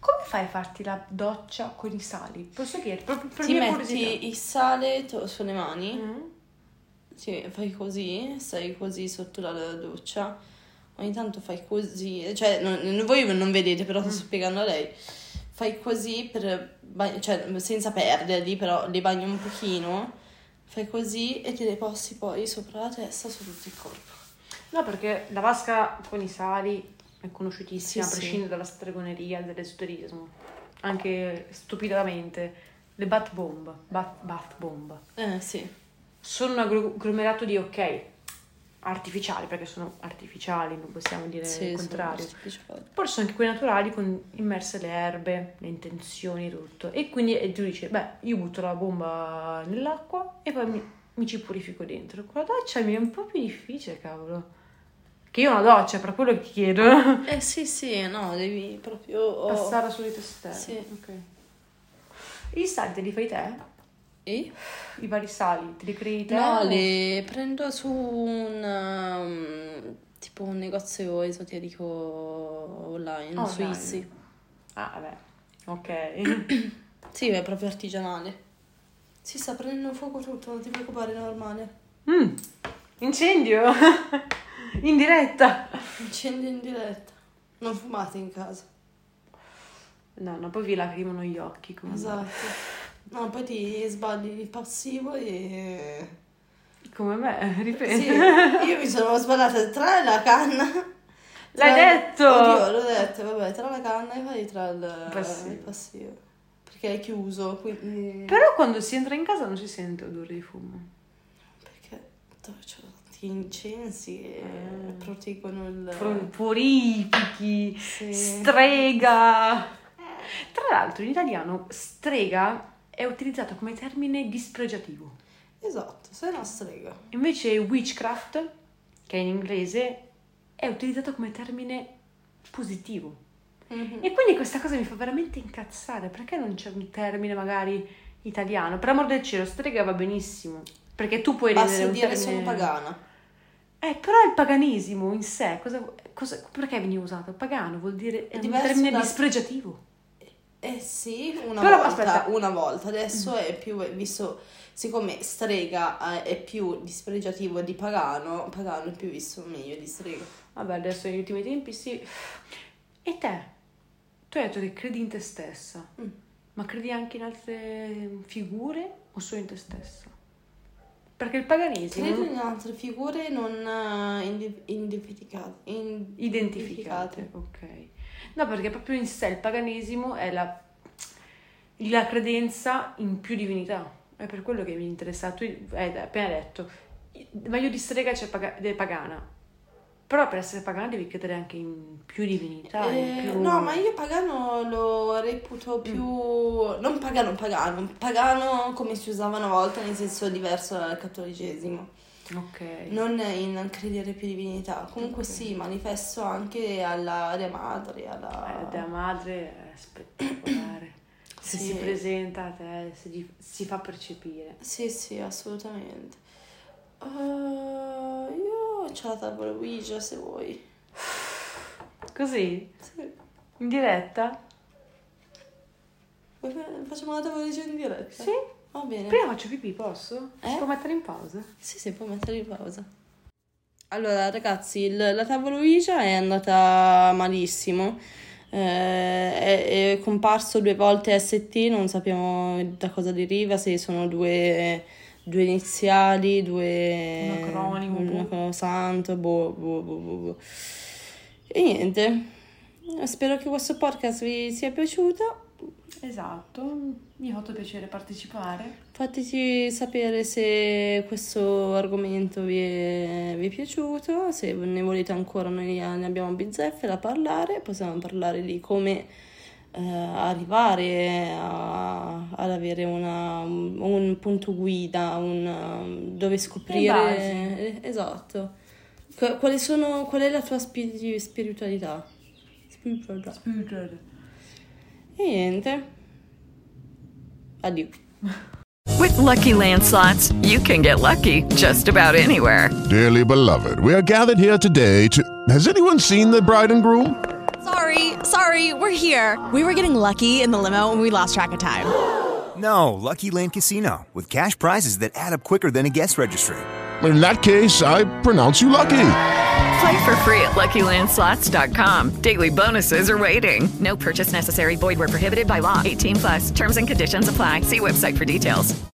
[SPEAKER 6] Come fai a farti la doccia con i sali? Posso chiedere? Proprio per
[SPEAKER 5] Ti
[SPEAKER 6] mia
[SPEAKER 5] metti
[SPEAKER 6] curiosità.
[SPEAKER 5] il sale to- sulle mani,
[SPEAKER 6] Mm.
[SPEAKER 5] sì, fai così, stai così sotto la doccia, ogni tanto fai così, cioè non, voi non vedete, però sto spiegando a lei, fai così per, ba- cioè senza perderli, però li bagni un pochino, fai così e te li posti poi sopra la testa, su tutto il corpo.
[SPEAKER 6] No, perché la vasca con i sali è conosciutissima,
[SPEAKER 5] Sì,
[SPEAKER 6] a
[SPEAKER 5] sì.
[SPEAKER 6] prescindere dalla stregoneria, dall'esoterismo. Anche stupidamente, le bath bomb, bath, bath bomb,
[SPEAKER 5] Eh sì.
[SPEAKER 6] sono un agglomerato di ok, artificiali, perché sono artificiali, non possiamo dire
[SPEAKER 5] Sì,
[SPEAKER 6] il
[SPEAKER 5] sì,
[SPEAKER 6] contrario.
[SPEAKER 5] artificiali.
[SPEAKER 6] Poi sono anche quelli naturali con immerse le erbe, le intenzioni, tutto. E quindi e tu dici, beh, io butto la bomba nell'acqua e poi mi, mi ci purifico dentro. Con la doccia mi è un po' più difficile, cavolo. Che io ho una doccia, per quello che chiedo.
[SPEAKER 5] Eh sì, sì, no, devi proprio... oh.
[SPEAKER 6] Passare su di te stesso.
[SPEAKER 5] Sì.
[SPEAKER 6] Ok. I sali te li fai te?
[SPEAKER 5] E?
[SPEAKER 6] I vari sali, te li crei te?
[SPEAKER 5] No,
[SPEAKER 6] o-
[SPEAKER 5] le prendo su un... um, tipo un negozio esoterico online, su
[SPEAKER 6] Online.
[SPEAKER 5] Etsy.
[SPEAKER 6] Ah, vabbè. Ok.
[SPEAKER 5] Sì, è proprio artigianale. Si sta prendendo fuoco tutto, non ti preoccupare, è normale.
[SPEAKER 6] Mm. Incendio! In diretta!
[SPEAKER 5] Incendio in diretta. Non fumate in casa.
[SPEAKER 6] No, no, poi vi lacrimano gli occhi. Come
[SPEAKER 5] Esatto. No, poi ti sbagli il passivo e...
[SPEAKER 6] Come me, ripeto.
[SPEAKER 5] Sì, io mi sono sbagliata tra la canna...
[SPEAKER 6] L'hai
[SPEAKER 5] tra-
[SPEAKER 6] detto!
[SPEAKER 5] Oddio, l'ho detto, vabbè, tra la canna e poi tra il
[SPEAKER 6] Passivo.
[SPEAKER 5] il passivo. Perché è chiuso, quindi...
[SPEAKER 6] Però quando si entra in casa non si sente odore di fumo.
[SPEAKER 5] Perché dove c'ho tanti incensi e proteggono il...
[SPEAKER 6] Fu- Purifichi,
[SPEAKER 5] Sì.
[SPEAKER 6] strega. Tra l'altro in italiano strega è utilizzato come termine dispregiativo.
[SPEAKER 5] Esatto, sei una strega.
[SPEAKER 6] Invece witchcraft, che è in inglese, è utilizzato come termine positivo.
[SPEAKER 5] Mhm.
[SPEAKER 6] E quindi questa cosa mi fa veramente incazzare. Perché non c'è un termine magari italiano? Per amor del cielo, strega va benissimo. Perché tu puoi
[SPEAKER 5] Basta
[SPEAKER 6] rendere un
[SPEAKER 5] dire
[SPEAKER 6] termine...
[SPEAKER 5] sono pagana.
[SPEAKER 6] Eh, però il paganesimo in sé, cosa, cosa, perché viene usato? Pagano vuol dire, è un
[SPEAKER 5] diverso
[SPEAKER 6] termine
[SPEAKER 5] da-
[SPEAKER 6] dispregiativo.
[SPEAKER 5] Eh sì, una
[SPEAKER 6] Però,
[SPEAKER 5] volta,
[SPEAKER 6] aspetta.
[SPEAKER 5] una volta. Adesso è più visto, siccome strega eh, è più dispregiativo di pagano, pagano è più visto meglio di strega.
[SPEAKER 6] Vabbè, adesso negli ultimi tempi sì. E te? Tu hai detto che credi in te stessa,
[SPEAKER 5] Mm.
[SPEAKER 6] ma credi anche in altre figure o solo in te stessa? Perché il paganesimo...
[SPEAKER 5] Credo in altre figure non eh, indi- identificate. in-
[SPEAKER 6] Identificate, ok. No, perché proprio in sé il paganesimo è la, la credenza in più divinità. È per quello che mi interessa. Tu hai appena detto, meglio di strega c'è paga- ed è pagana. Però per essere pagana devi credere anche in più divinità. in
[SPEAKER 5] Eh,
[SPEAKER 6] più...
[SPEAKER 5] No, ma io pagano lo reputo più... Non pagano pagano, pagano come si usava una volta, nel senso diverso dal cattolicesimo.
[SPEAKER 6] Ok.
[SPEAKER 5] Non in credere più divinità. Comunque sì, manifesto anche alla Dea Madre, alla...
[SPEAKER 6] Eh, Dea Madre è spettacolare. Se
[SPEAKER 5] Sì.
[SPEAKER 6] si presenta a te, se gli- si fa percepire.
[SPEAKER 5] Sì, sì, assolutamente. Uh, io c'ho la tavola Ouija se vuoi.
[SPEAKER 6] Così?
[SPEAKER 5] Sì.
[SPEAKER 6] In diretta?
[SPEAKER 5] Facciamo la tavola Ouija in diretta?
[SPEAKER 6] Sì.
[SPEAKER 5] Va bene.
[SPEAKER 6] Prima faccio pipì, posso?
[SPEAKER 5] Eh?
[SPEAKER 6] Si può mettere in pausa?
[SPEAKER 5] Sì, sì, puoi mettere in pausa. Allora, ragazzi, il- la tavola Ouija è andata malissimo. Eh, è, è comparso due volte S T, non sappiamo da cosa deriva, se sono due, due iniziali, due...
[SPEAKER 6] Un acronimo,
[SPEAKER 5] un
[SPEAKER 6] boh.
[SPEAKER 5] acronimo santo, boh, boh, boh, boh, boh. E niente, spero che questo podcast vi sia piaciuto.
[SPEAKER 6] Esatto, mi ha fatto piacere partecipare.
[SPEAKER 5] Fateci sapere se questo argomento vi è, vi è piaciuto, se ne volete ancora, noi ne abbiamo bizzeffe da parlare, possiamo parlare di come eh, arrivare a- ad avere una, un punto guida, un, dove scoprire... eh, esatto. Qu- Quali sono, qual è la tua spiri- spiritualità? Spiritualità. E niente. Addio.
[SPEAKER 1] With Lucky Land Slots, you can get lucky just about anywhere.
[SPEAKER 2] Dearly beloved, we are gathered here today to... Has anyone seen the bride and groom?
[SPEAKER 3] Sorry, Sorry, we're here. We were getting lucky in the limo and we lost track of time.
[SPEAKER 4] No, Lucky Land Casino, with cash prizes that add up quicker than a guest registry.
[SPEAKER 2] In that case, I pronounce you lucky.
[SPEAKER 1] Play for free at Lucky Land Slots dot com. Daily bonuses are waiting. No purchase necessary. Void where prohibited by law. eighteen plus. Terms and conditions apply. See website for details.